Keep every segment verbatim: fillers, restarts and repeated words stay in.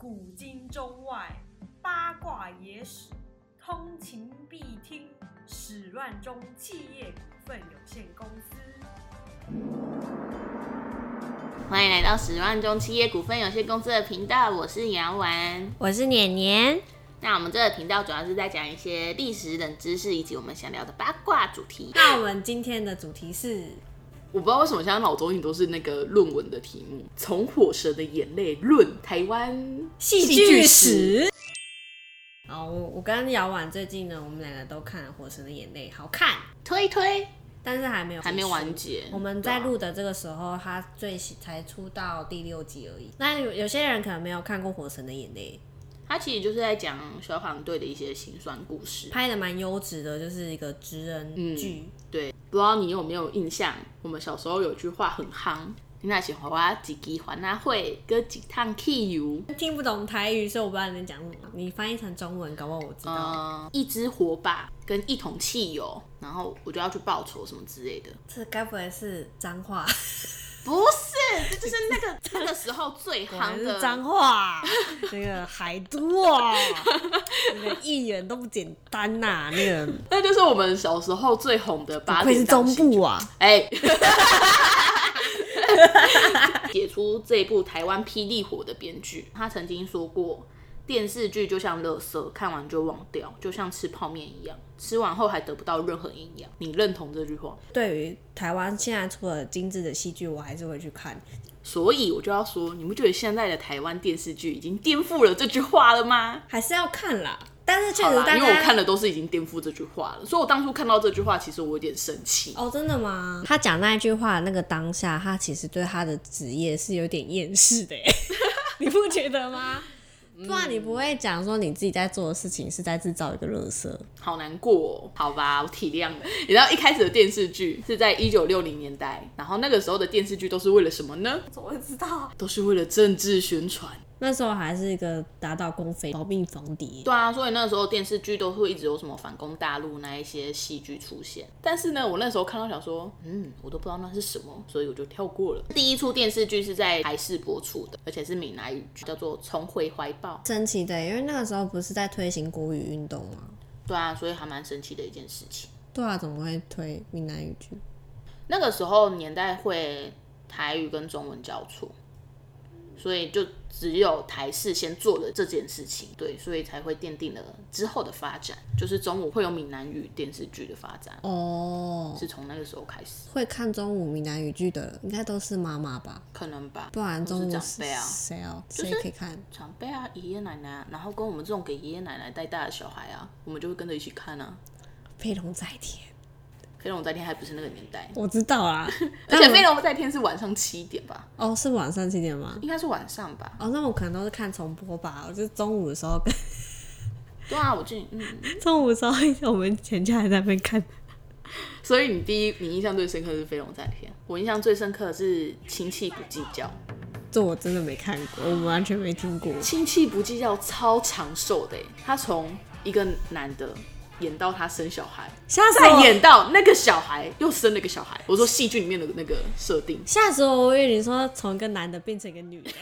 古今中外，八卦野史，通勤必听。始乱终企业股份有限公司。 欢迎来到始乱终企业股份有限公司的频道，我是杨丸， 我是年年。 那我们这个频道主要是在讲一些历史冷知识以及我们想聊的八卦主题。 那我们今天的主题是， 我不知道为什么现在脑中都是那个论文的题目，从火蛇的眼泪论台湾戏剧史。哦，我我跟姚婉最近呢，我们两个都看了《火神的眼泪》，好看， 推推， 但是还没有还没完结。 我们在录的这个时候，它最才出到第六集而已。那有有些人可能没有看过《火神的眼泪》， 它其实就是在讲消防队的一些辛酸故事， 拍的蛮优质的，就是一个职人剧、 嗯。对，不知道你有没有印象？我们小时候有句话很夯。你那是花一支还啊会，跟一趟汽油。 听不懂台语，所以我不知道你在讲什么。你翻译成中文，搞不好我知道。 呃、一支火把跟一桶汽油，然后我就要去报仇什么之类的。 这该不会是脏话？ 不是，这就是那个那个时候最夯的脏话。那个海都啊，那个议员都不简单呐、啊，那个那就是我们小时候最红的八点档戏剧。 不愧是中部啊！ 哎。写出这一部台湾霹雳火的编剧，他曾经说过，电视剧就像垃圾，看完就忘掉，就像吃泡面一样，吃完后还得不到任何营养。你认同这句话？ 对于台湾现在出了精致的戏剧，我还是会去看。 所以我就要说，你不觉得现在的台湾电视剧已经颠覆了这句话了吗？ 还是要看啦。但是确实大家， 因为我看的都是已经颠覆这句话了，所以我当初看到这句话，其实我有点生气。 哦，真的吗？他讲那一句话的那个当下，他其实对他的职业是有点厌世的耶，你不觉得吗？不然你不会讲说你自己在做的事情是在制造一个垃圾， 好难过哦。好吧，我体谅了。你知道一开始的电视剧是在一九六零年代，然后那个时候的电视剧都是为了什么呢？ 怎么会知道？ 都是为了政治宣传。 那时候还是一个打倒共匪、保命防谍。 对啊，所以那时候电视剧都会一直有什么反攻大陆那一些戏剧出现。但是呢，我那时候看到想说，嗯，我都不知道那是什么，所以我就跳过了。第一出电视剧是在台视播出的，而且是闽南语剧，叫做《重回怀抱》。 神奇的，因为那个时候不是在推行国语运动吗？ 对啊，所以还蛮神奇的一件事情。 对啊，怎么会推闽南语剧？ 那个时候年代会台语跟中文交错。所以就只有台视先做了这件事情，对，所以才会奠定了之后的发展，就是中午会有闽南语电视剧的发展。哦，是从那个时候开始。 会看中午闽南语剧的，应该都是妈妈吧？ 可能吧， 不然中午长辈啊， 谁啊？谁可以看？ 长辈啊，爷爷奶奶啊，然后跟我们这种给爷爷奶奶带大的小孩啊，我们就会跟着一起看啊。 飞龙在天。 飞龙在天还不是那个年代， 我知道啦。 而且飞龙在天是晚上七点吧？ 哦，是晚上七点吗？ 应该是晚上吧。 哦，那我可能都是看重播吧。我就是中午的时候跟。 对啊，我记得，嗯， 中午的时候我们全家还在那边看。 所以你第一，你印象最深刻的是飞龙在天。我印象最深刻的是亲戚不计较。 这我真的没看过，我完全没听过。 亲戚不计较超长寿的耶，他从一个男的。演到他生小孩，再演到那个小孩又生了个小孩。我说戏剧里面的那个设定， 吓死我！我以为你说从一个男的变成一个女的，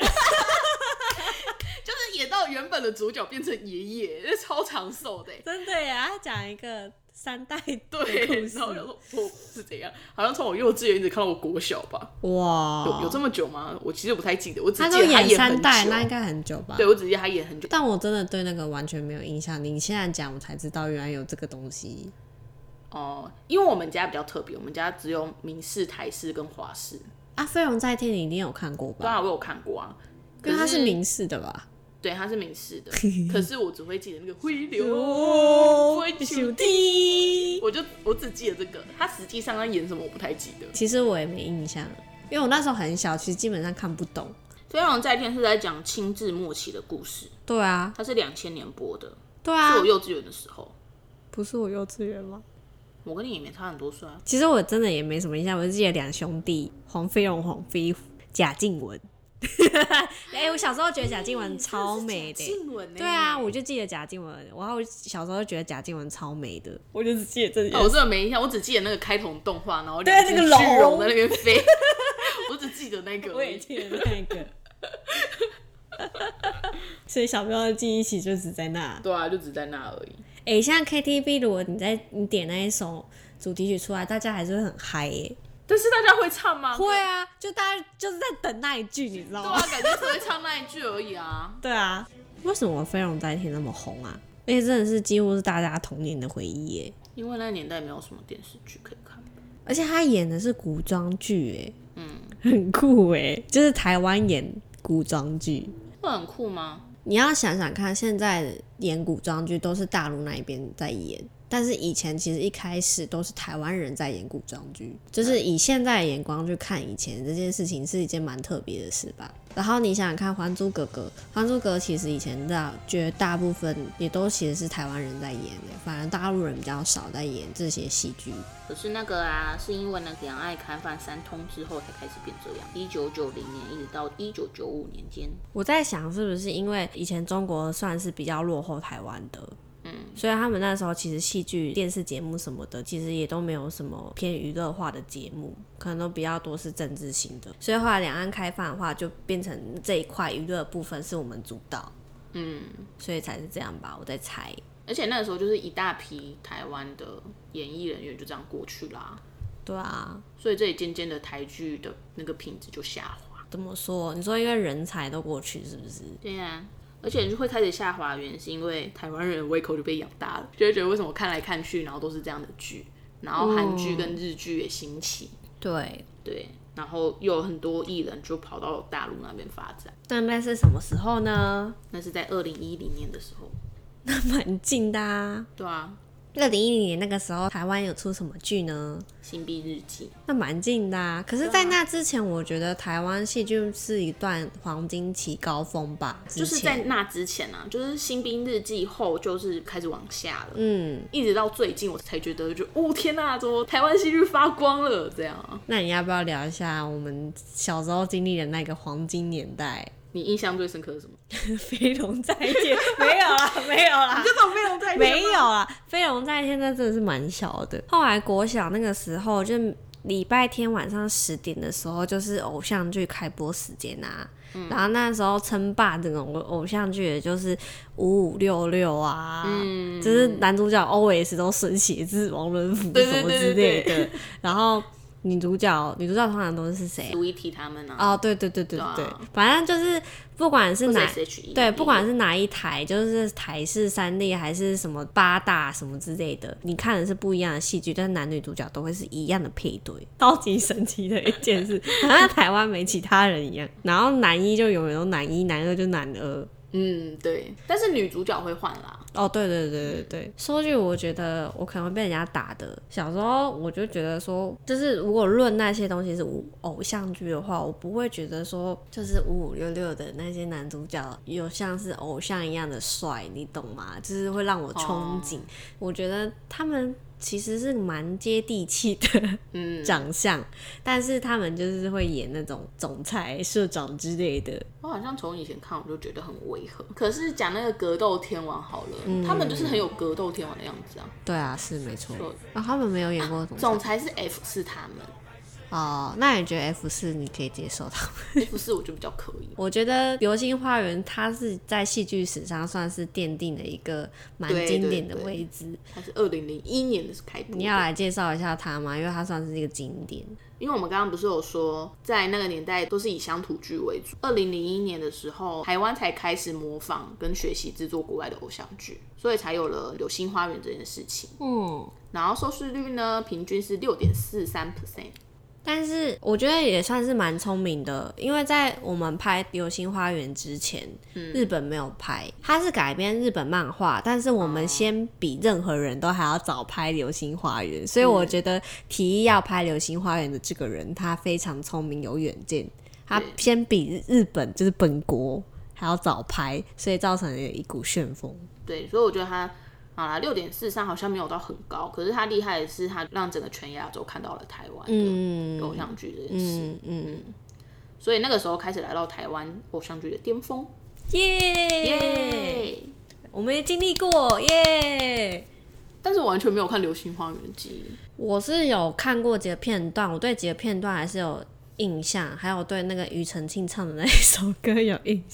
就是演到原本的主角变成爷爷，这超长寿的。 真的呀，他讲一个三代的故对， 事。 然后我想说，我是怎样？好像从我幼稚园一直看到我国小吧。哇，有有这么久吗？我其实不太记得，我只记得他演三代，那应该很久吧？ 对，我只记得他演很久。 但我真的对那个完全没有印象。你现在讲，我才知道原来有这个东西。 哦、呃，因为我们家比较特别，我们家只有民视、台视跟华视。 啊，飞龙在天你一定有看过吧？ 当然我有看过啊， 因为它是民视的吧？ 对，它是民视的，可是我只会记得那个灰流灰球地，我就我只记得这个，他实际上在演什么我不太记得。 其实我也没印象，因为我那时候很小，其实基本上看不懂。 飞龙在天是在讲清治末期的故事。 对啊， 它是两千年播的。 对啊， 是我幼稚园的时候。 不是我幼稚园吗？ 我跟你也没差很多岁啊。 其实我真的也没什么印象，我就记得两兄弟黄飞龙、黄飞虎、贾静雯。哎、欸，我小时候觉得贾静雯超美的、欸， 欸、 对啊，我就记得贾静雯，然后我小时候觉得贾静雯超美的，我就只记得这件、 哦。我真的没印象，我只记得那个开头动画，然后两只巨龙在那边飞，我只记得那个， 我也记得那个。 所以小朋友的记忆其实就只在那。 对啊，就只在那而已。 哎、欸，现在 K T V 如果你在你点那一首主题曲出来，大家还是会很嗨耶、欸。 但是大家会唱吗？ 会啊，就大家就是在等那一句，你知道吗？ 对啊，感觉只会唱那一句而已啊。 对啊，为什么飞龙在天那么红啊？而且真的是几乎是大家童年的回忆耶。 因为那年代没有什么电视剧可以看， 而且他演的是古装剧，哎，嗯，很酷哎，就是台湾演古装剧， 会很酷吗？ 你要想想看，现在演古装剧都是大陆那一边在演。但是以前其实一开始都是台湾人在演古装剧，就是以现在的眼光去看以前这件事情是一件蛮特别的事吧。然后你想想看《还珠格格》，《还珠格格》其实以前大觉得大部分也都其实是台湾人在演的，反而大陆人比较少在演这些戏剧。 可是那个啊，是因为那两岸开放三通之后才开始变这样。一九九零年一直到一九九五年间， 我在想是不是因为以前中国算是比较落后台湾的。嗯，所以他们那时候其实戏剧、电视节目什么的，其实也都没有什么偏娱乐化的节目，可能都比较多是政治性的。所以后来两岸开放的话，就变成这一块娱乐部分是我们主导，嗯，所以才是这样吧，我在猜。 而且那个时候就是一大批台湾的演艺人员就这样过去啦。 对啊， 所以这里渐渐的台剧的那个品质就下滑。 怎么说？你说因为人才都过去是不是？ 对啊。而且就会开始下滑，原因是因为台湾人的胃口就被养大了，就会觉得为什么看来看去，然后都是这样的剧，然后韩剧跟日剧也兴起， 嗯、对对，然后又有很多艺人就跑到大陆那边发展。 那那是什么时候呢？ 那是在二零一零年的时候， 那蛮近的啊。 对啊。 二零一零年那个时候，台湾有出什么剧呢？ 新兵日记， 那蛮近的啊。可是，在那之前，我觉得台湾戏剧是一段黄金期高峰吧。 就是在那之前啊，就是新兵日记后，就是开始往下了。 嗯，一直到最近我才觉得就，就哦天哪，怎么台湾戏剧发光了这样啊？ 那你要不要聊一下我们小时候经历的那个黄金年代？ 你印象最深刻是什么？ 飞龙在天，没有啦，没有啦， 你就懂飞龙在天吗？ 没有啦，飞龙在天那真的是蛮小的。后来国小那个时候，就礼拜天晚上十点的时候，就是偶像剧开播时间啊。嗯、然后那时候称霸这种偶像剧，就是五五六六啊，嗯、就是男主角 always 都孙协志、王伦甫什么之类的，对对对对然后。女主角，女主角通常都是谁？ 卢一提他们啊。 哦，对对对对对，啊、反正就是不管是哪对，不管是哪一台，就是台视、三立还是什么八大什么之类的，你看的是不一样的戏剧，但是男女主角都会是一样的配对，超级神奇的一件事，好像台湾没其他人一样。然后男一就永远都男一，男二就男二。 嗯，对，但是女主角会换啦。 哦，对对对对对，说句我觉得我可能会被人家打的。小时候我就觉得说，就是如果论那些东西是偶像剧的话，我不会觉得说，就是五五六六的那些男主角有像是偶像一样的帅，你懂吗？就是会让我憧憬。哦、我觉得他们。其实是蛮接地气的长相、嗯，但是他们就是会演那种总裁、社长之类的。 我好像从以前看我就觉得很违和。可是讲那个格斗天王好了、嗯，他们就是很有格斗天王的样子啊。 对啊，是没错。啊，他们没有演过总裁。 总裁是 F 是他们。 哦，那你觉得 F 四你可以接受他们 ？F 四我就比较可以。 我觉得《流星花园》它是在戏剧史上算是奠定了一个蛮经典的位置。 它是二零零一年的开播。 你要来介绍一下它吗？因为它算是一个经典。 因为我们刚刚不是有说，在那个年代都是以乡土剧为主。二零零一年的时候，台湾才开始模仿跟学习制作国外的偶像剧，所以才有了《流星花园》这件事情。嗯，然后收视率呢，平均是六点四三 percent。 但是我觉得也算是蛮聪明的，因为在我们拍《流星花园》之前、嗯，日本没有拍，它是改编日本漫画，但是我们先比任何人都还要早拍《流星花园》，所以我觉得提议要拍《流星花园》的这个人，他非常聪明有远见，他先比日本就是本国还要早拍，所以造成了一股旋风。 对，所以我觉得他。好啦，六点四三好像没有到很高，可是他厉害的是，他让整个全亚洲看到了台湾的偶像剧这件事。嗯嗯嗯，所以那个时候开始来到台湾偶像剧的巅峰。 耶耶！我们也经历过耶。 但是我完全没有看《流星花园》的记忆。 我是有看过几个片段，我对几个片段还是有印象，还有对那个庾澄庆唱的那一首歌有印象。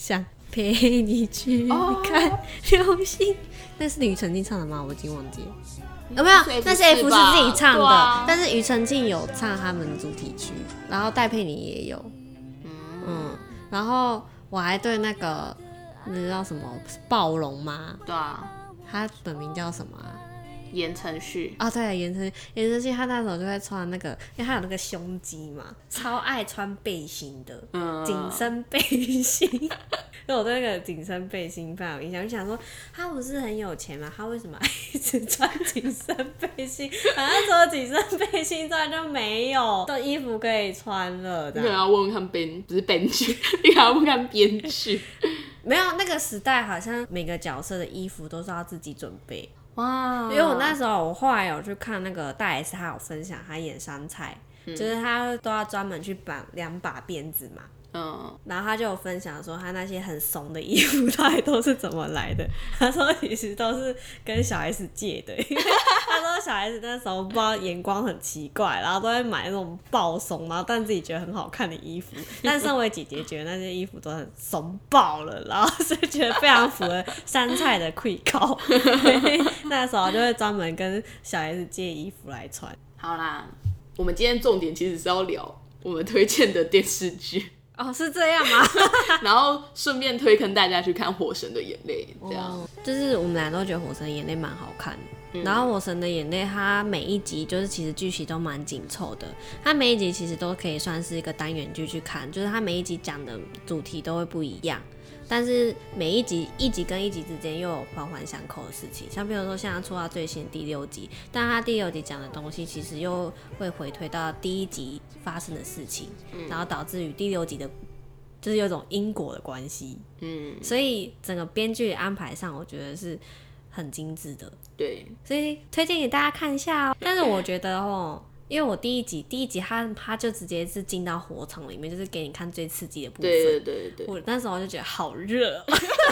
陪你去看流星，那是庾澄庆唱的吗？我已经忘记了。有没有？那是 F 四自己唱的，啊、但是庾澄庆有唱他们的主题曲，然后戴佩妮也有。嗯, 嗯，然后我还对那个那叫什么暴龙吗？ 对啊， 他本名叫什么、啊？ 言承旭啊，对，言承言承旭，他那时候就会穿那个，因为他有那个胸肌嘛，超爱穿背心的，嗯，紧身背心。所以我对那个紧身背心非常有印象，就想说他不是很有钱吗？他为什么一直穿紧身背心？反正除了紧身背心之外就没有的衣服可以穿了。 你可能要问问看编，不是编剧，你可能要问看编剧。 没有，那个时代好像每个角色的衣服都是要自己准备。 哇！ 因为我那时候，我后来有去看那个大 S， 他有分享他演杉菜，嗯、就是他都要专门去绑两把辫子嘛。嗯，然后他就有分享说他那些很怂的衣服到底都是怎么来的。他说其实都是跟小 S 借的，因为他说小 S 那时候不知道眼光很奇怪，然后都会买那种爆怂，然后但自己觉得很好看的衣服，但身为姐姐觉得那些衣服都很怂爆了，然后所以觉得非常符合杉菜的气口，那时候就会专门跟小 S 借衣服来穿。 好啦，我们今天重点其实是要聊我们推荐的电视剧。 哦，是这样吗？ 然后顺便推坑大家去看《火神的眼泪》，这样、哦、 就是我们俩都觉得《火神的眼泪》蛮好看的。嗯、然后《火神的眼泪》它每一集就是其实剧情都蛮紧凑的，它每一集其实都可以算是一个单元剧去看，就是它每一集讲的主题都会不一样。但是每一集一集跟一集之间又有环环相扣的事情，像比如说现在出到最新的第六集，但他第六集讲的东西其实又会回推到第一集发生的事情，嗯、然后导致于第六集的，就是有一种因果的关系，嗯，所以整个编剧安排上，我觉得是很精致的， 对， 所以推荐给大家看一下哦。但是我觉得哦。因为我第一集第一集他他就直接是进到火场里面，就是给你看最刺激的部分。 对对对对。 我那时候就觉得好热，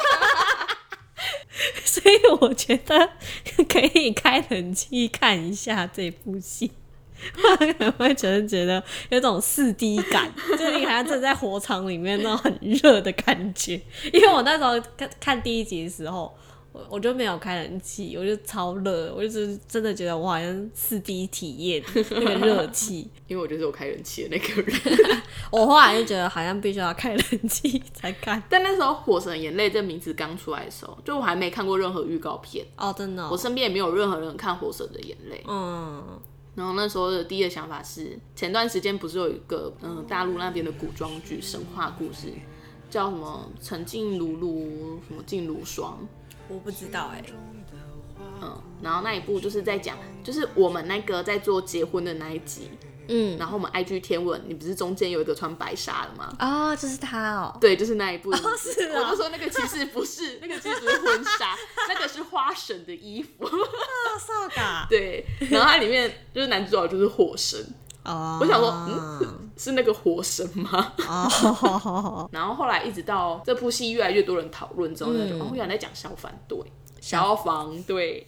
所以我觉得可以开冷气看一下这部戏，我可能会觉得觉得有种四 D 感，就是你好像正在火场里面那种很热的感觉。因为我那时候看看第一集的时候。我就没有开冷气，我就超热，我就是真的觉得我好像四 D 体验那个热气。 因为我就是有开冷气的那个人， 我后来就觉得好像必须要开冷气才看。 但那时候《火神眼泪》这名字刚出来的时候，就我还没看过任何预告片哦，真的、哦， 我身边也没有任何人看《火神的眼泪》。嗯。然后那时候的第一个想法是，前段时间不是有一个嗯、呃、大陆那边的古装剧神话故事，叫什么陈静茹茹什么静茹霜。 我不知道哎、欸， 嗯，然后那一部就是在讲，就是我们那个在做结婚的那一集，嗯，然后我们 I G 天文，你不是中间有一个穿白纱的吗？ 哦，就是他哦， 对，就是那一部， 哦是哦， 我就说那个其实不是，那个其实不是婚纱，那个是花神的衣服， 哦，so ga， 对，然后它里面就是男主角就是火神。Oh. 我想说，嗯，是那个火神吗？ oh. 然后后来一直到这部戏越来越多人讨论之后，嗯、就哦，原来在讲消防队，消防队。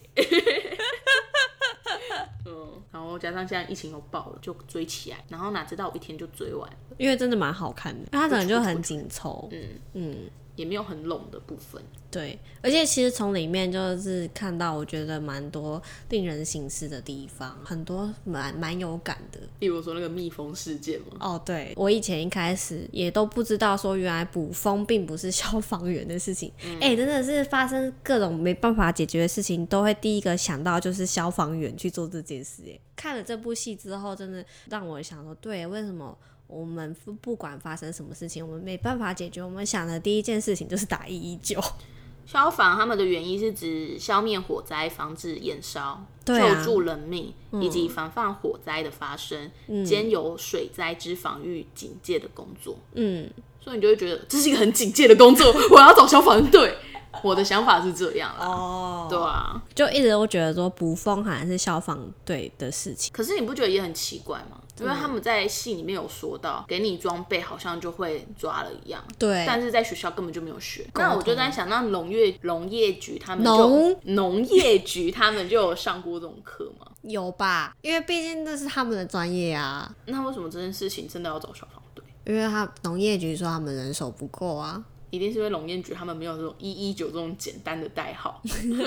嗯，然后加上现在疫情又爆了，就追起来，然后哪知道我一天就追完了， 因为真的蛮好看的，因为它可能就很紧凑，嗯嗯，也没有很拢的部分。 对，而且其实从里面就是看到，我觉得蛮多令人省思的地方，很多蛮蛮有感的。 例如说那个蜜蜂事件吗？ 哦，对，我以前一开始也都不知道说，原来捕蜂并不是消防员的事情。哎、嗯欸，真的是发生各种没办法解决的事情，都会第一个想到就是消防员去做这件事。哎，看了这部戏之后，真的让我想说，对，为什么？我们不管发生什么事情，我们没办法解决，我们想的第一件事情就是打一一九。 消防他们的原因是指消灭火灾、防止延烧、 对啊、 救助人命、嗯、以及防范火灾的发生，嗯、兼有水灾之防御警戒的工作。嗯，所以你就会觉得这是一个很警戒的工作，我要找消防队。我的想法是这样啦，哦，对啊， 就一直都觉得说捕蜂好像是消防队的事情。 可是你不觉得也很奇怪吗？因为他们在戏里面有说到，给你装备好像就会抓了一样， 对， 但是在学校根本就没有学。那我就在想，那农业农业局他们就农业局他们就有上过这种课吗？ 有吧，因为毕竟那是他们的专业啊。 那为什么这件事情真的要找消防队？ 因为他农业局说他们人手不够啊。 一定是因为龙彦菊他们没有这种一一九这种简单的代号。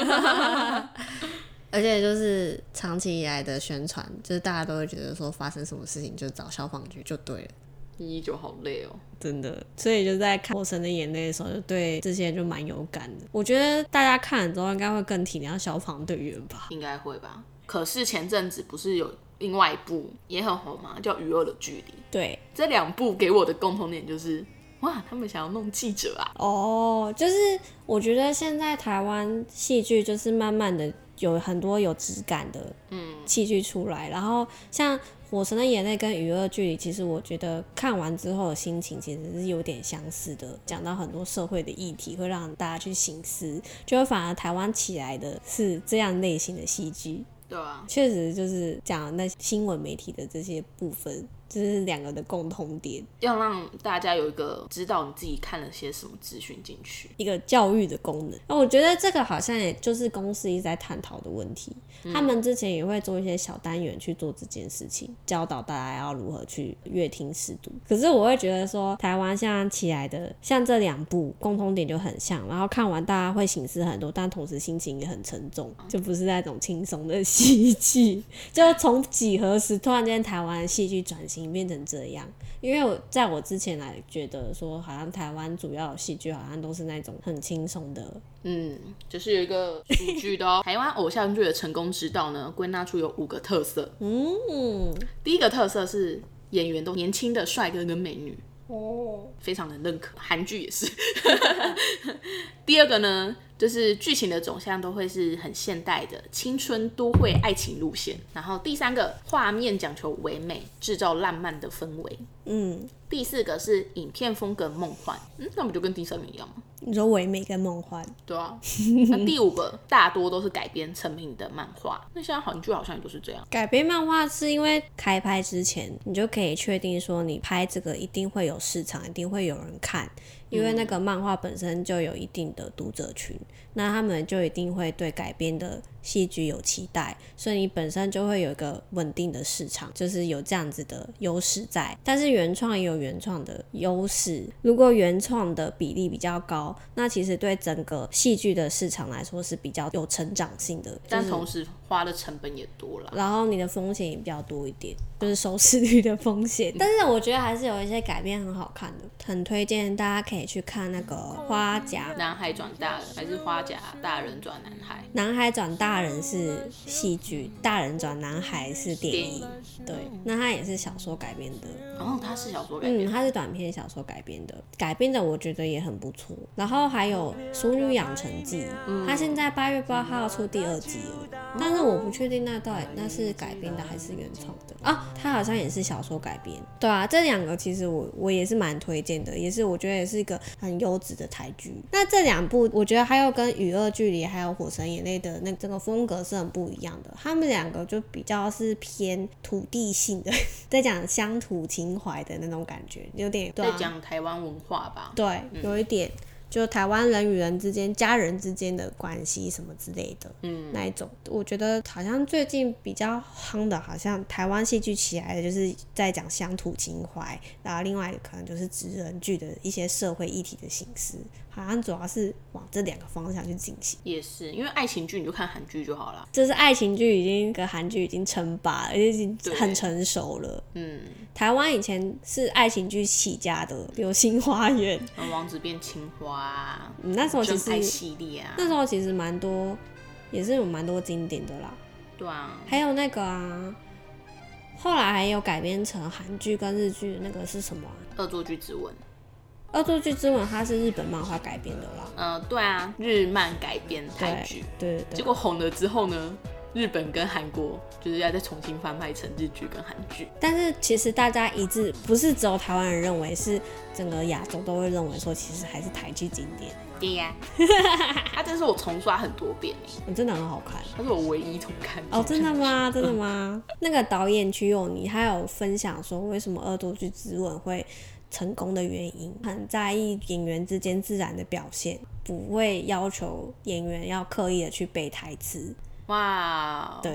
而且就是长期以来的宣传，就是大家都会觉得说发生什么事情就找消防局就对了。 一一九好累哦， 真的，所以就在看《火神的眼泪》的时候，就对这些就蛮有感的。我觉得大家看了之后，应该会更体谅消防队员吧？ 应该会吧。可是前阵子不是有另外一部也很红吗？叫《与恶的距离》。 对， 这两部给我的共同点就是，哇，他们想要弄记者啊。 哦，就是我觉得现在台湾戏剧就是慢慢的有很多有质感的戏剧出来，嗯、然后像《火神的眼泪》跟《与恶距离》，其实我觉得看完之后的心情其实是有点相似的，讲到很多社会的议题，会让大家去省思，就会反而台湾起来的是这样类型的戏剧。 对啊， 确实就是讲那新闻媒体的这些部分，这是两个的共同点， 要让大家有一个知道你自己看了些什么资讯进去， 一个教育的功能。那我觉得这个好像也就是公司一直在探讨的问题、嗯、他们之前也会做一些小单元去做这件事情，教导大家要如何去阅听识读。可是我会觉得说台湾现在起来的像这两部共同点就很像，然后看完大家会省思很多，但同时心情也很沉重，就不是那种轻松的戏剧，就从几何时突然间台湾戏剧转型变成这样。因为我在我之前来觉得说好像台湾主要的戏剧好像都是那种很轻松的， 嗯，就是有一个数据的哦。台湾偶像剧的成功之道呢，归纳出有五个特色。嗯，第一个特色是演员都年轻的帅哥跟美女，哦，非常的认可，韩剧也是。第二个呢，就是剧情的走向都会是很现代的青春都会爱情路线。然后第三个，画面讲求唯美，制造浪漫的氛围。嗯，第四个是影片风格梦幻。嗯，那不就跟第三名一样吗？ 你说唯美跟梦幻， 对啊。那第五个大多都是改编成名的漫画，那现在韩剧好像也都是这样。 改编漫画是因为开拍之前你就可以确定说你拍这个一定会有市场，一定会有人看，因为那个漫画本身就有一定的读者群，那他们就一定会对改编的戏剧有期待，所以你本身就会有一个稳定的市场，就是有这样子的优势在。但是原创也有原创的优势，如果原创的比例比较高，那其实对整个戏剧的市场来说是比较有成长性的， 但同时花的成本也多了， 然后你的风险也比较多一点，就是收视率的风险。但是我觉得还是有一些改编很好看的，很推荐大家可以去看那个花甲男孩转大人，还是花甲大人转男孩？ 男孩转大人是戏剧，大人转男孩是电影。对，那它也是小说改编的。 哦，它是小说改编的。 嗯，它是短篇小说改编的，改编的我觉得也很不错。然后还有《熟女养成记》，嗯，它现在八月八号要出第二季了，但是我不确定那到底那是改编的还是原创的啊？它好像也是小说改编。对啊，这两个其实我我也是蛮推荐的，也是我觉得也是一个很优质的台剧。那这两部我觉得还有跟《与恶距离》还有《火神眼泪》的那整个风格是很不一样的，他们两个就比较是偏土地性的，在讲乡土情怀的那种感觉，有点、啊、 在讲台湾文化吧。 对，嗯、有一点。就台湾人与人之间、家人之间的关系什么之类的，嗯，那一种，我觉得好像最近比较夯的，好像台湾戏剧起来的，就是在讲乡土情怀，然后另外可能就是职人剧的一些社会议题的形式，好像主要是往这两个方向去进行。 也是，因为爱情剧你就看韩剧就好了， 就是爱情剧已经跟韩剧已经称霸了，而且已经很成熟了。嗯，台湾以前是爱情剧起家的，《流星花园》、 王子变青蛙。 嗯，那时候其实系列啊， 那时候其实蛮多，也是有蛮多经典的啦。 对啊， 还有那个啊，后来还有改编成韩剧跟日剧的那个是什么、啊？ 恶作剧之吻。 恶作剧之吻它是日本漫画改编的啦。 呃，对啊，日漫改编台剧。 对对对。 结果红了之后呢？日本跟韩国就是要再重新翻拍成日剧跟韩剧， 但是其实大家一致，不是只有台湾人认为，是整个亚洲都会认为说，其实还是台剧经典。 对呀、啊，它真是我重刷很多遍欸，真的很好看， 它是我唯一重看。 哦，真的吗？真的吗？那个导演曲友妮他有分享说，为什么恶作剧之吻会成功的原因，很在意演员之间自然的表现，不会要求演员要刻意的去背台词。 哇、wow ，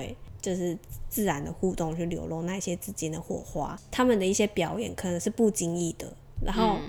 对，就是自然的互动去流露那些之间的火花，他们的一些表演可能是不经意的，然后、嗯、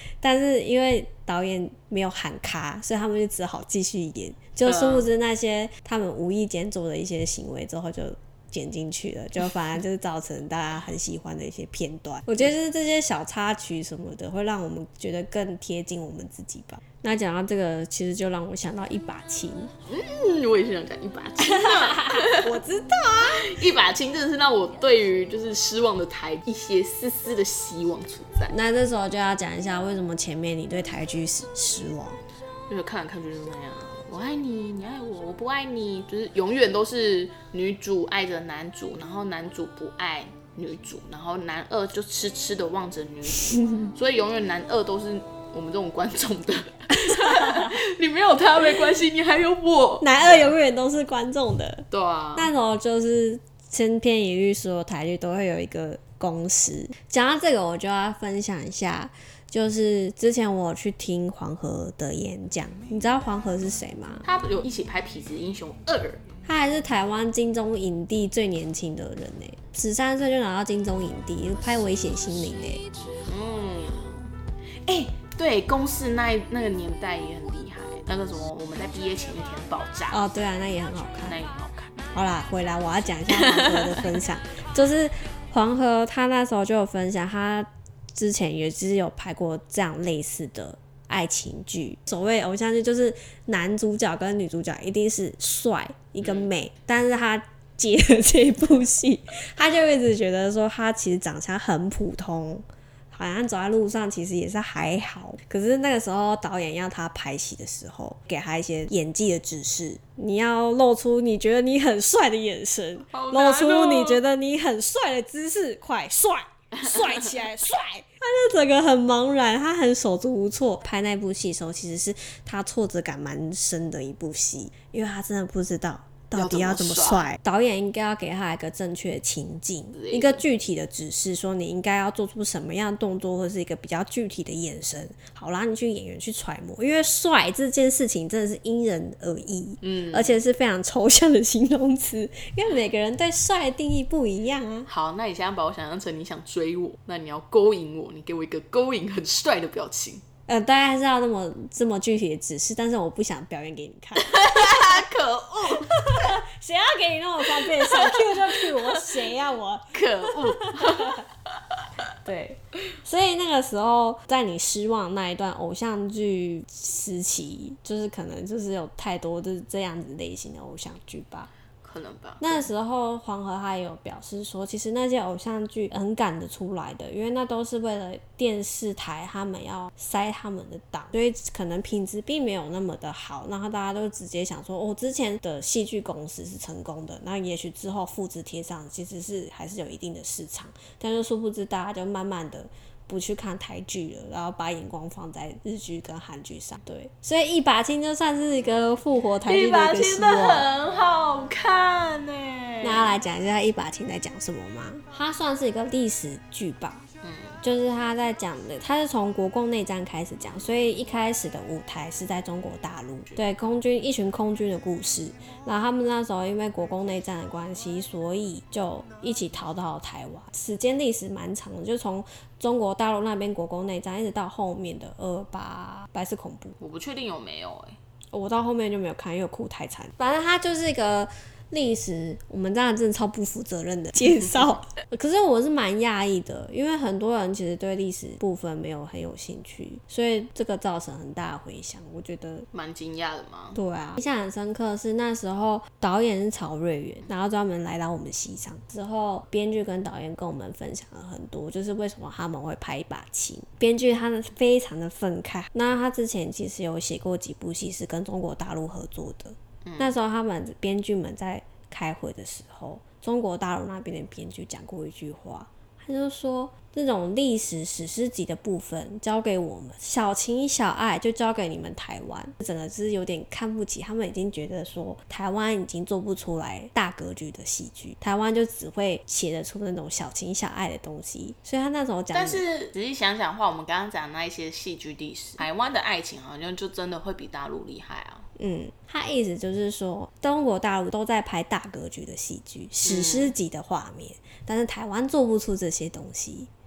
但是因为导演没有喊卡，所以他们就只好继续演，就殊不知那些他们无意间做的一些行为之后就剪进去了，就反而就是造成大家很喜欢的一些片段。我觉得就是这些小插曲什么的，会让我们觉得更贴近我们自己吧。那讲到这个，其实就让我想到一把青。 嗯，我也是想讲一把青我知道啊， 一把青真的是让我对于就是失望的台一些丝丝的希望存在。 那这时候就要讲一下为什么前面你对台剧失失望， 就是看来看去就是那样。我爱你，你爱我，我不爱你，就是永远都是女主爱着男主，然后男主不爱女主，然后男二就痴痴的望着女主，所以永远男二都是我们这种观众的。你没有他没关系，你还有我。 男二永远都是观众的。 对啊， 那时候就是千篇一律，所有台剧都会有一个公式。讲到这个，我就要分享一下。就是之前我去听黄河的演讲，你知道黄河是谁吗？ 他有一起拍《痞子英雄二》， 他还是台湾金钟影帝最年轻的人呢，十三岁就拿到金钟影帝，拍《危险心灵》哎。 嗯，哎、欸，对，公视那那个年代也很厉害，那个什么我们在毕业前一天爆炸。 哦，对啊，那也很好看， 那也很好看。 好啦，回来我要讲一下黄河的分享，就是黄河他那时候就有分享他。之前也是有拍过这样类似的爱情剧，所谓偶像剧就是男主角跟女主角一定是帅一个美，嗯、但是他接了这部戏，他就一直觉得说他其实长相很普通，好像走在路上其实也是还好。可是那个时候导演要他拍戏的时候，给他一些演技的指示，你要露出你觉得你很帅的眼神， 哦、 露出你觉得你很帅的姿势，快帅！帅起来，帅！他就整个很茫然，他很手足无措。拍那部戏的时候，其实是他挫折感蛮深的一部戏，因为他真的不知道到底要怎么帅。导演应该要给他一个正确的情境，一个具体的指示，说你应该要做出什么样的动作，或是一个比较具体的眼神，好让你去演员去揣摩。因为帅这件事情真的是因人而异，嗯，而且是非常抽象的形容词，因为每个人对帅的定义不一样啊。 好，那你现在把我想象成你想追我，那你要勾引我，你给我一个勾引很帅的表情。 呃，大概是要那么这么具体的指示，但是我不想表演给你看。 可恶！ 谁要给你那么方便？想 Q 就 Q 我，谁呀、啊、我？ 可恶！ 对，所以那个时候，在你失望那一段偶像剧时期，就是可能就是有太多就是这样子类型的偶像剧吧。 可能吧。 那时候黄河他也有表示说，其实那些偶像剧很赶得出来的，因为那都是为了电视台他们要塞他们的档，所以可能品质并没有那么的好，然后大家都直接想说，哦，之前的戏剧公司是成功的，那也许之后复制贴上，其实是还是有一定的市场，但是殊不知大家就慢慢的不去看台剧了，然后把眼光放在日剧跟韩剧上。对，所以一把青就算是一个复活台剧的一个希望。 一把青的很好看耶。 那要来讲一下一把青在讲什么吗？它算是一个历史剧吧。嗯，就是他在讲的，他是从国共内战开始讲，所以一开始的舞台是在中国大陆，对，空军一群空军的故事。然后他们那时候因为国共内战的关系，所以就一起逃到了台湾。时间历史蛮长的，就从中国大陆那边国共内战，一直到后面的二二八白色恐怖。 我不确定有没有哎、 欸，我到后面就没有看，因为哭太惨。反正它就是一个历史，我们这样真的超不负责任的介绍。可是我是蛮讶异的，因为很多人其实对历史部分没有很有兴趣，所以这个造成很大的回响，我觉得蛮惊讶的嘛。 对啊，印象很深刻是那时候导演是曹瑞元，然后专门来到我们西上之后，编剧跟导演跟我们分享了很多，就是为什么他们会拍一把青。编剧他非常的愤慨，那他之前其实有写过几部戏是跟中国大陆合作的。嗯、那时候他们编剧们在开会的时候，中国大陆那边的编剧讲过一句话，他就说这种历史史诗级的部分交给我们，小情小爱就交给你们台湾。整个是有点看不起，他们已经觉得说台湾已经做不出来大格局的戏剧，台湾就只会写得出那种小情小爱的东西。所以他那时候讲， 但是仔细想想的话，我们刚刚讲那一些戏剧历史，台湾的爱情好像就真的会比大陆厉害啊。 嗯，他意思就是说，中国大陆都在拍大格局的戏剧、史诗级的画面、嗯，但是台湾做不出这些东西。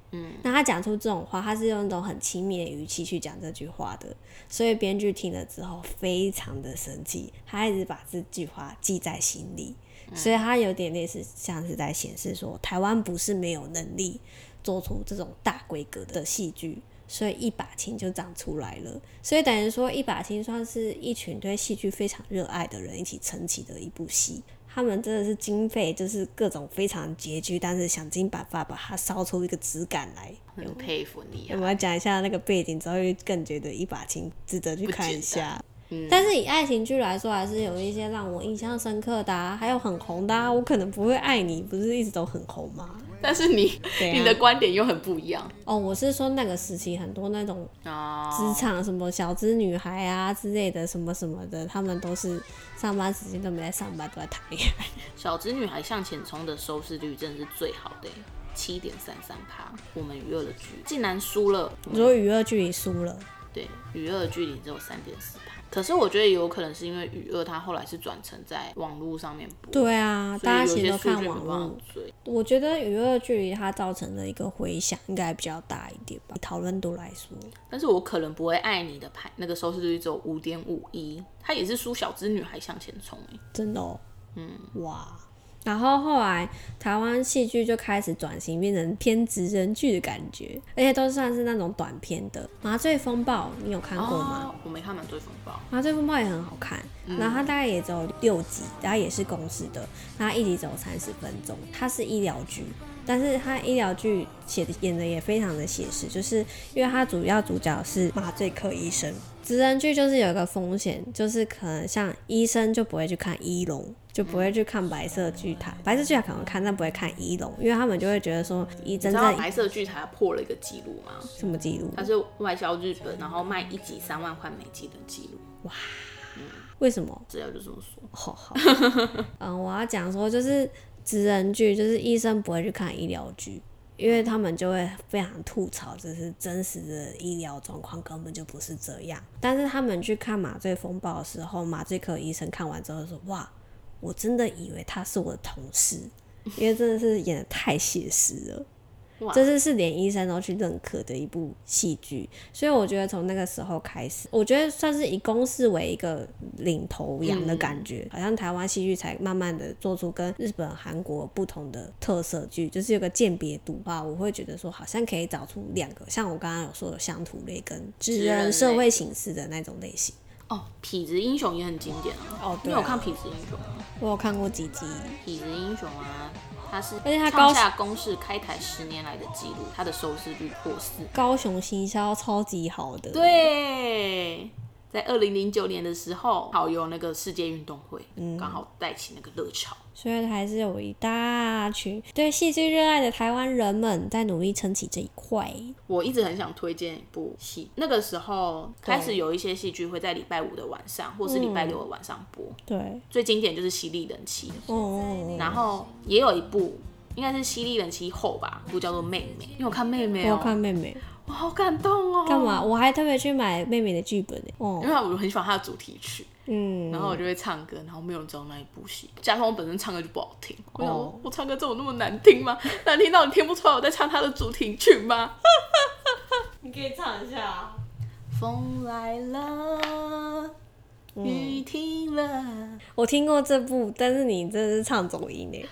嗯，那他讲出这种话，他是用一种很亲密的语气去讲这句话的，所以编剧听了之后非常的生气，他一直把这句话记在心里，嗯、所以他有点类似像是在显示说，台湾不是没有能力做出这种大规格的戏剧。所以一把青就长出来了，所以等于说一把青算是一群对戏剧非常热爱的人一起撑起的一部戏。他们真的是经费就是各种非常拮据，但是想尽办法把它烧出一个质感来， 很佩服你、啊。 我们来讲一下那个背景之后，会更觉得一把青值得去看一下。嗯、但是以爱情剧来说，还是有一些让我印象深刻的、啊，还有很红的、啊。我可能不会爱你，不是一直都很红吗？ 但是你你的观点又很不一样哦。我是说那个时期很多那种职场什么小资女孩啊之类的什么什么的，他们都是上班时间都没在上班，都在谈恋爱。 小资女孩向前冲的收视率真的是最好的，七点三三趴。我们娱乐的剧竟然输了， 你说娱乐剧里输了？ 对，娱乐的剧里只有三点四趴。可是我觉得有可能是因为娱乐它后来是转成在网络上面播。 对啊，大家其实都看网络。我觉得娱乐剧它造成的一个回响应该比较大一点吧，讨论度来说。 但是我可能不会爱你的牌那个收视率只有五点五一，它也是输小资女孩向前冲哎， 真的哦，嗯，哇。然后后来台湾戏剧就开始转型，变成偏职人剧的感觉，而且都算是那种短片的。麻醉风暴你有看过吗？ 哦、我没看麻醉风暴。 麻醉风暴也很好看，嗯、然后它大概也只有六集，然后也是公式的，然后一集只有三十分钟。它是医疗剧，但是它医疗剧写的演的也非常的写实，就是因为它主要主角是麻醉科医生。职人剧就是有一个风险，就是可能像医生就不会去看医龙，就不会去看白色巨塔，白色巨塔可能看，但不会看医龙，因为他们就会觉得说，医真正白色巨塔破了一个记录吗？ 什么记录？ 它是外销日本，然后卖一集三万块美金的记录。 哇，嗯、为什么？ 资料就这么说。 好好，嗯，我要讲说就是职人剧，就是医生不会去看医疗剧。因为他们就会非常吐槽，就是真实的医疗状况根本就不是这样。但是他们去看麻醉风暴的时候，麻醉科医生看完之后说：“哇，我真的以为他是我的同事，因为真的是演得太写实了。”这是是连医生都去认可的一部戏剧，所以我觉得从那个时候开始，我觉得算是以公视为一个领头羊的感觉，嗯、好像台湾戏剧才慢慢的做出跟日本、韩国不同的特色剧，就是有个鉴别度吧。我会觉得说，好像可以找出两个，像我刚刚有说的乡土类跟职人社会形式的那种类型。 哦，痞子英雄也很经典啊。 哦，对、啊， 你有看痞子英雄吗？ 我有看过几集。 痞子英雄啊。他是而且他创下公视开台十年来的纪录，他的收视率破四。 高雄行销超级好的。 对，在二零零九年的时候，好有那个世界运动会，刚、嗯、好带起那个热潮。 所以还是有一大群对戏剧热爱的台湾人们在努力撑起这一块。 我一直很想推荐一部戏，那个时候开始有一些戏剧会在礼拜五的晚上或是礼拜六的晚上播。 对， 最经典就是《犀利人妻》。 哦， 然后也有一部应该是《犀利人妻》后吧，一部叫做《妹妹》。你有看《妹妹》哦？ 我有看《妹妹》。 我好感动哦！ 干嘛？我还特别去买妹妹的剧本哦，因为我很喜欢她的主题曲， 嗯， 然后我就会唱歌，然后没有人知道那一部戏，加上我本身唱歌就不好听，我想说我唱歌真有那么难听吗？难听到你听不出来我在唱她的主题曲吗？ 你可以唱一下。 风来了，雨停了、嗯。 我听过这部，但是你真的是唱走音耶。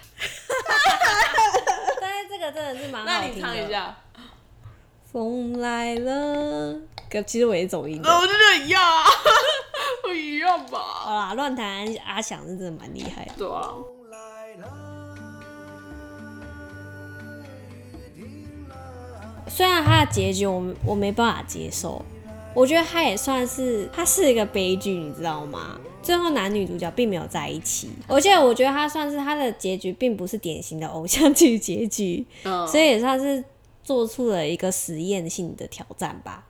但是这个真的是蛮好听的。 那你唱一下。 风来了，其实我也走音的。 我就觉得一样啊，不一样吧。 好啦，乱弹阿翔是真的蛮厉害的。 对啊。 虽然他的结局我我没办法接受，我觉得他也算是他是一个悲剧，你知道吗？最后男女主角并没有在一起，而且我觉得他算是他的结局并不是典型的偶像剧结局，嗯、所以也算是做出了一个实验性的挑战吧。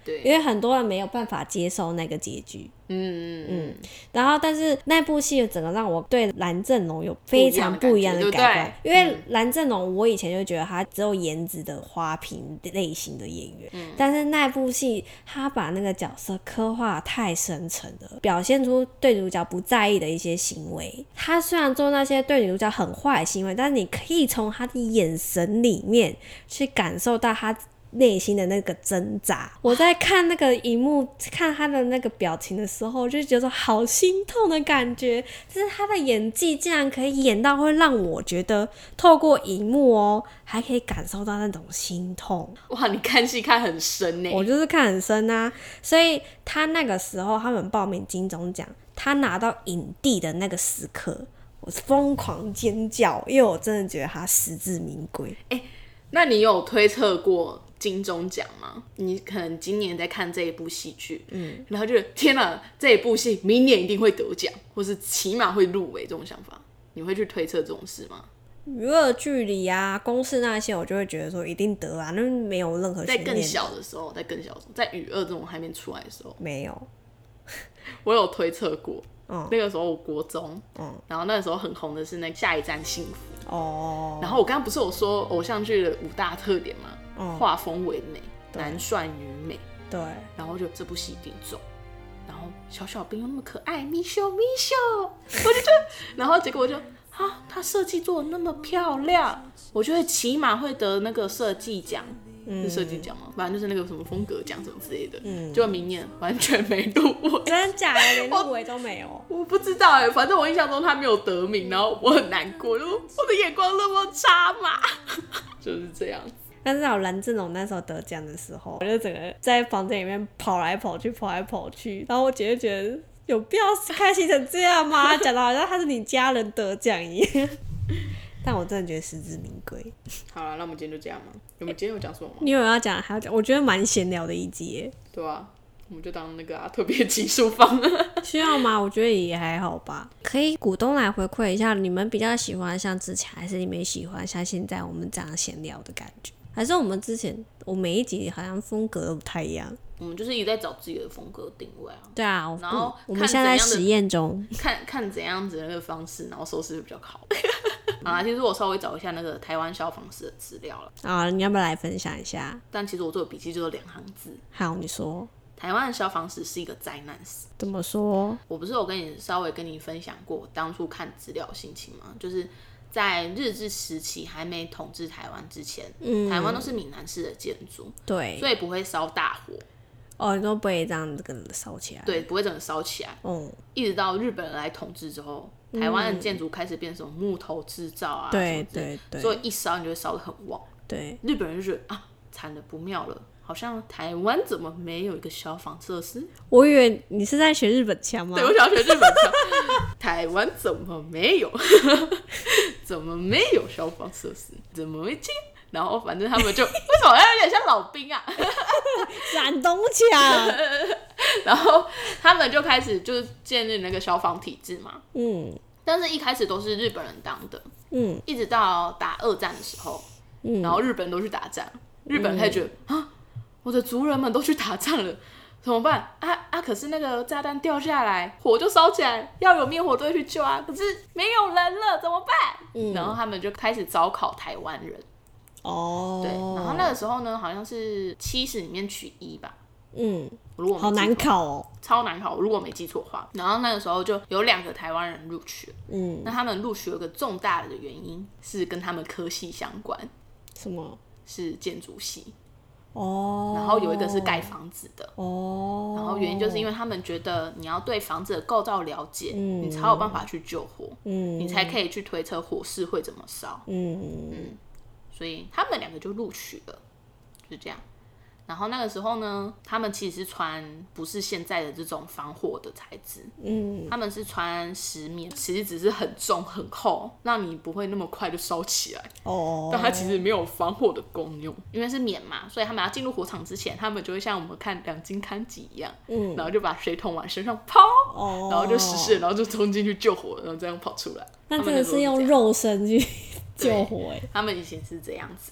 对， 因为很多人没有办法接受那个结局。 嗯嗯嗯， 然后，但是那部戏整个让我对蓝正龙有非常不一样的改观， 对对， 因为蓝正龙我以前就觉得他只有颜值的花瓶类型的演员，嗯、但是那部戏他把那个角色刻画太深沉了，表现出对主角不在意的一些行为。他虽然做那些对女主角很坏的行为，但是你可以从他的眼神里面去感受到他内心的那个挣扎。我在看那个荧幕看他的那个表情的时候，就觉得好心痛的感觉，就是他的演技竟然可以演到会让我觉得透过荧幕哦还可以感受到那种心痛。 哇，你看戏看很深耶。 我就是看很深啊，所以他那个时候他们报名金钟奖，他拿到影帝的那个时刻，我疯狂尖叫，因为我真的觉得他实至名归。 欸，那你有推测过金钟奖吗？你可能今年在看这一部戏剧，嗯，然后就天哪，这一部戏明年一定会得奖，或是起码会入围，这种想法，你会去推测这种事吗？ 娱乐距离啊，公式那些，我就会觉得说一定得啊，那没有任何悬念。 在更小的时候，在更小的时候，在语二这种还没出来的时候， 没有。 我有推测过， 嗯， 那个时候我国中， 嗯， 然后那个时候很红的是那个下一站幸福。 哦， 然后我刚刚不是有说偶像剧的五大特点吗？画风唯美，男帅女美， 对， 然后就这部戏一定中，然后小小兵又那么可爱，咪秀咪秀，我就觉得，然后结果我就啊，他设计做的那么漂亮，我觉得起码会得那个设计奖。是设计奖吗？反正就是那个什么风格奖什么之类的，嗯，就明年完全没入围， 真的假的？连入围都没有？ 我, 我不知道哎、欸，反正我印象中他没有得名，然后我很难过，就我的眼光那么差嘛，就是这样子。 但是有蓝正龙那时候得奖的时候，我就整个在房间里面跑来跑去，跑来跑去，然后我姐就觉得有必要开心成这样吗？讲的好像他是你家人得奖一样。但我真的觉得实至名归。 好了，那我们今天就这样吗？我们今天有讲什么吗？ 你有要讲还要讲？我觉得蛮闲聊的一集耶。 对啊，我们就当那个啊特别集数放。 需要吗？我觉得也还好吧。可以股东来回馈一下，你们比较喜欢像之前，还是你们喜欢像现在我们这样闲聊的感觉？还是我们之前我每一集好像风格都不太一样？ 我们就是一直在找自己的风格定位啊。 对啊， 然后我们现在在实验中， 看看怎样子的那个方式，然后收视会比较好。好啦，其实我稍微找一下那个台湾消防士的资料了。 啊，你要不要来分享一下？ 但其实我做的笔记就是两行字。 好，你说。 台湾的消防史是一个灾难史。 怎么说？ 我不是有跟你稍微跟你分享过我当初看资料的心情吗？就是在日治时期还没统治台湾之前，嗯、台湾都是闽南式的建筑， 对， 所以不会烧大火。 哦，你都不会这样这个烧起来？ 对，不会整个烧起来。嗯，一直到日本人来统治之后，台湾的建筑开始变成木头制造啊， 对对对， 所以一烧你就会烧得很旺。 对， 日本人就觉得啊，惨了，不妙了。好像台湾怎么没有一个消防设施？ 我以为你是在学日本腔吗？ 对，我想要学日本腔。台湾怎么没有？怎么没有消防设施？怎么会这样？然后反正他们就为什么要有点像老兵啊？ 山东腔。 然后他们就开始就是建立那个消防体制嘛。嗯。但是一开始都是日本人当的。嗯。一直到打二战的时候，嗯、然后日本人都去打仗，日本人才觉得啊。嗯，我的族人们都去打仗了，怎么办？啊啊！可是那个炸弹掉下来，火就烧起来，要有灭火队去救啊。可是没有人了，怎么办？嗯、然后他们就开始招考台湾人。哦，对。然后那个时候呢，好像是七十里面取一吧。嗯，如果好难考哦， 超难考。如果没记错的话，然后那个时候就有两个台湾人录取了。嗯，那他们录取有一个重大的原因是跟他们科系相关。 什么？ 是建筑系。 哦， 然后有一个是盖房子的哦，然后原因就是因为他们觉得你要对房子的构造了解，嗯、你才有办法去救火，嗯、你才可以去推测火势会怎么烧，嗯嗯，所以他们两个就录取了，就这样。然后那个时候呢，他们其实是穿不是现在的这种防火的材质，嗯，他们是穿石棉，其实只是很重很厚，让你不会那么快就烧起来。哦，但它其实没有防火的功用，因为是棉嘛，所以他们要进入火场之前，他们就会像我们看两金刊集一样，嗯，然后就把水桶往身上抛，哦，然后就实施，然后就冲进去救火，然后这样跑出来。 那真的是用肉身去救火哎！ 他们以前是这样子的。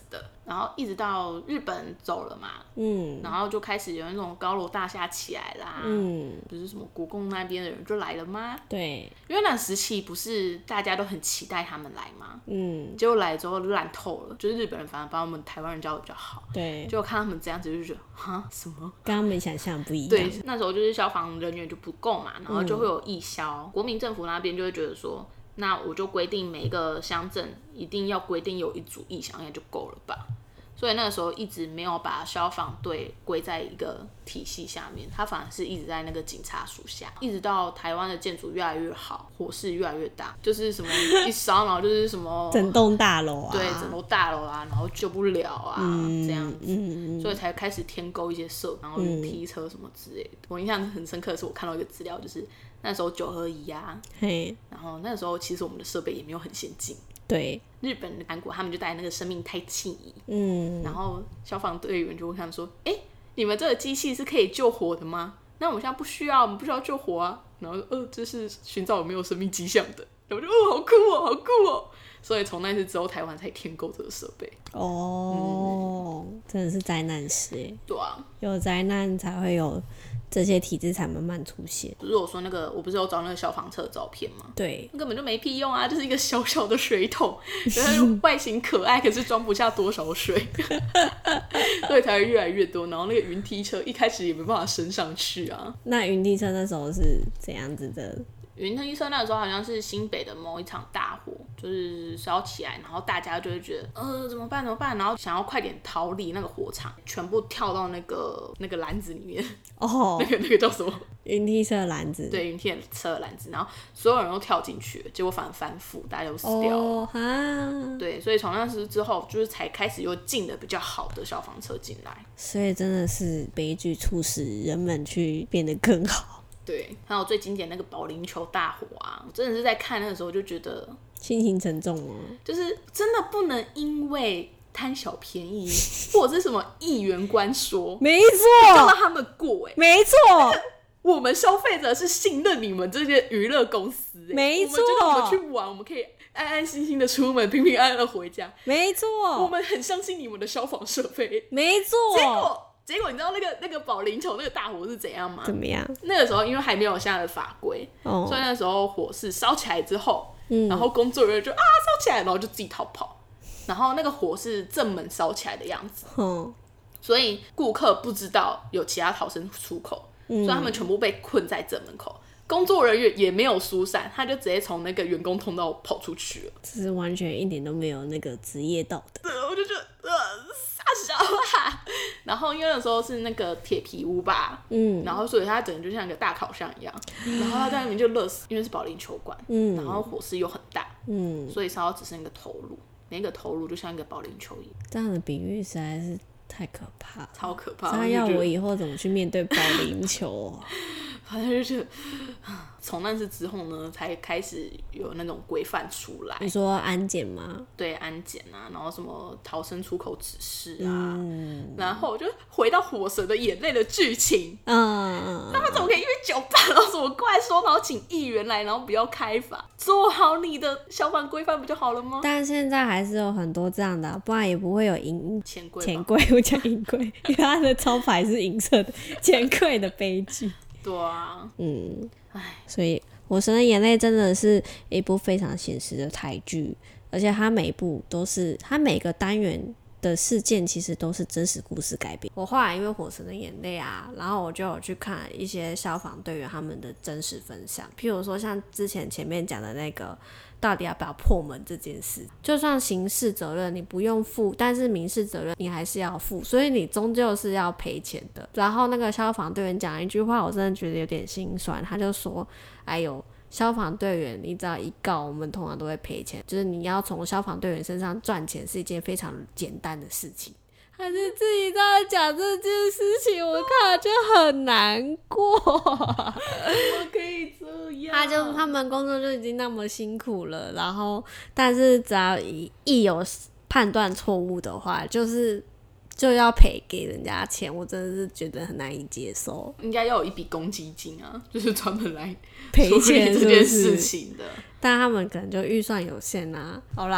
然后一直到日本走了嘛，嗯，然后就开始有那种高楼大厦起来啦，嗯，就是什么国共那边的人就来了吗？ 对， 因为那时期不是大家都很期待他们来吗？嗯，结果来之后烂透了，就是日本人反而把我们台湾人教的比较好， 对， 结果看他们这样子就觉得哈什么， 跟他们想象不一样。 对，那时候就是消防人员就不够嘛，然后就会有义消，嗯、国民政府那边就会觉得说。那我就规定每一个乡镇一定要规定有一组义消，应该就够了吧？所以那个时候一直没有把消防队归在一个体系下面，他反而是一直在那个警察属下。一直到台湾的建筑越来越好，火势越来越大，就是什么一烧，然后就是什么整栋大楼啊， 对，整栋大楼啊，然后救不了啊，嗯、这样子、嗯，所以才开始添购一些设，然后梯车什么之类的。嗯、我印象很深刻的是，我看到一个资料，就是那时候九合一啊，然后那时候其实我们的设备也没有很先进。对，日本、韩国他们就带那个生命态气仪，嗯，然后消防队员就问他们说：“哎、欸，你们这个机器是可以救火的吗？那我们现在不需要，我们不需要救火啊。”然后，呃，这是寻找有没有生命迹象的。然后我就，哦，好酷哦，好酷哦。所以从那次之后，台湾才添购这个设备。 哦、嗯，真的是灾难时哎。 对啊， 有灾难才会有这些体制才慢慢出现。 不是我说那个，我不是有找那个消防车的照片吗？ 对， 根本就没屁用啊，就是一个小小的水桶，然后外形可爱，可是装不下多少水，所以才会越来越多。然后那个云梯车一开始也没办法升上去啊。 那云梯车那时候是怎样子的？ 云梯车那个时候好像是新北的某一场大火，就是烧起来，然后大家就会觉得呃怎么办怎么办，然后想要快点逃离那个火场，全部跳到那个那个篮子里面。哦，那个那个叫什么？ 云梯车的篮子。 对，云梯车的篮子，然后所有人都跳进去了，结果反而翻覆，大家都死掉了。哦哈。对，所以从那时之后，就是才开始又进的比较好的消防车进来。 所以真的是悲剧促使人们去变得更好。 对，还有最经典那个保龄球大火啊，我真的是在看那个时候就觉得心情沉重哦， 就是真的不能因为贪小便宜或者是什么议员官说， 没错， 就让他们过哎、欸， 没错， 我们消费者是信任你们这些娱乐公司、欸， 没错， 我们就让我们去玩，我们可以安安心心的出门，平平安安的回家， 没错， 我们很相信你们的消防设备， 没错， 结果。结果你知道那个那个保龄球那个大火是怎样吗？ 怎么样？ 那个时候因为还没有现在的法规，哦、所以那时候火势烧起来之后，嗯、然后工作人员就啊烧起来，然后就自己逃跑，然后那个火是正门烧起来的样子，哦、所以顾客不知道有其他逃生出口，嗯、所以他们全部被困在正门口。工作人员也没有疏散，他就直接从那个员工通道跑出去了， 这是完全一点都没有那个职业道德。 对，我就觉得呃傻小啊。然后因为那时候是那个铁皮屋吧，嗯，然后所以它整个就像一个大烤箱一样，然后他在那边就热死，因为是保龄球馆，嗯，然后火势又很大，嗯，所以烧到只剩一个头颅，那个头颅就像一个保龄球一样。 这样的比喻实在是太可怕了， 超可怕。 那要我以后怎么去面对保龄球啊？ 反正就是从那次之后呢，才开始有那种规范出来。 你说安检吗？ 对，安检啊，然后什么逃生出口指示啊，嗯、然后就回到《火神的眼泪》的剧情。嗯，他们怎么可以因为酒吧，然后怎么过来说，然后请议员来，然后不要开罚，做好你的消防规范不就好了吗？ 但现在还是有很多这样的、啊，不然也不会有银钱柜。 钱柜，我讲银柜，因为它的招牌是银色的，钱柜的悲剧。 对啊，嗯，唉， 所以《火神的眼泪》真的是一部非常写实的台剧，而且它每一部都是，它每个单元的事件其实都是真实故事改编。我后来因为《火神的眼泪》啊，然后我就有去看一些消防队员他们的真实分享，譬如说像之前前面讲的那个到底要不要破门这件事，就算刑事责任你不用负，但是民事责任你还是要负，所以你终究是要赔钱的。然后那个消防队员讲一句话，我真的觉得有点心酸，他就说：“哎呦，消防队员你只要一告，我们通常都会赔钱，就是你要从消防队员身上赚钱是一件非常简单的事情。”他是自己在讲这件事情，我看了就很难过。 我可以这样， 他就他们工作就已经那么辛苦了，然后但是只要一一有判断错误的话，就是就要赔给人家钱，我真的是觉得很难以接受。 应该要有一笔公积金啊，就是专门来赔钱这件事情的。 但他们可能就预算有限啊。好啦。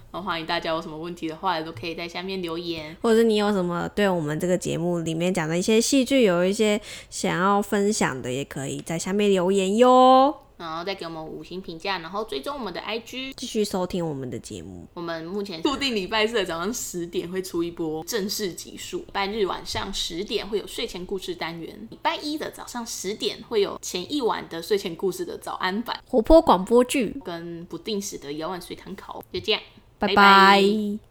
欢迎大家有什么问题的话，都可以在下面留言， 或者你有什么对我们这个节目里面讲的一些戏剧有一些想要分享的，也可以在下面留言哟。 然后再给我们五星评价，然后追踪我们的 I G， 继续收听我们的节目。 我们目前固定礼拜四的早上十点会出一波正式集数，礼拜日晚上十点会有睡前故事单元，礼拜一的早上十点会有前一晚的睡前故事的早安版， 活泼广播剧跟不定时的摇碗随堂考。就这样， 拜拜。 拜拜。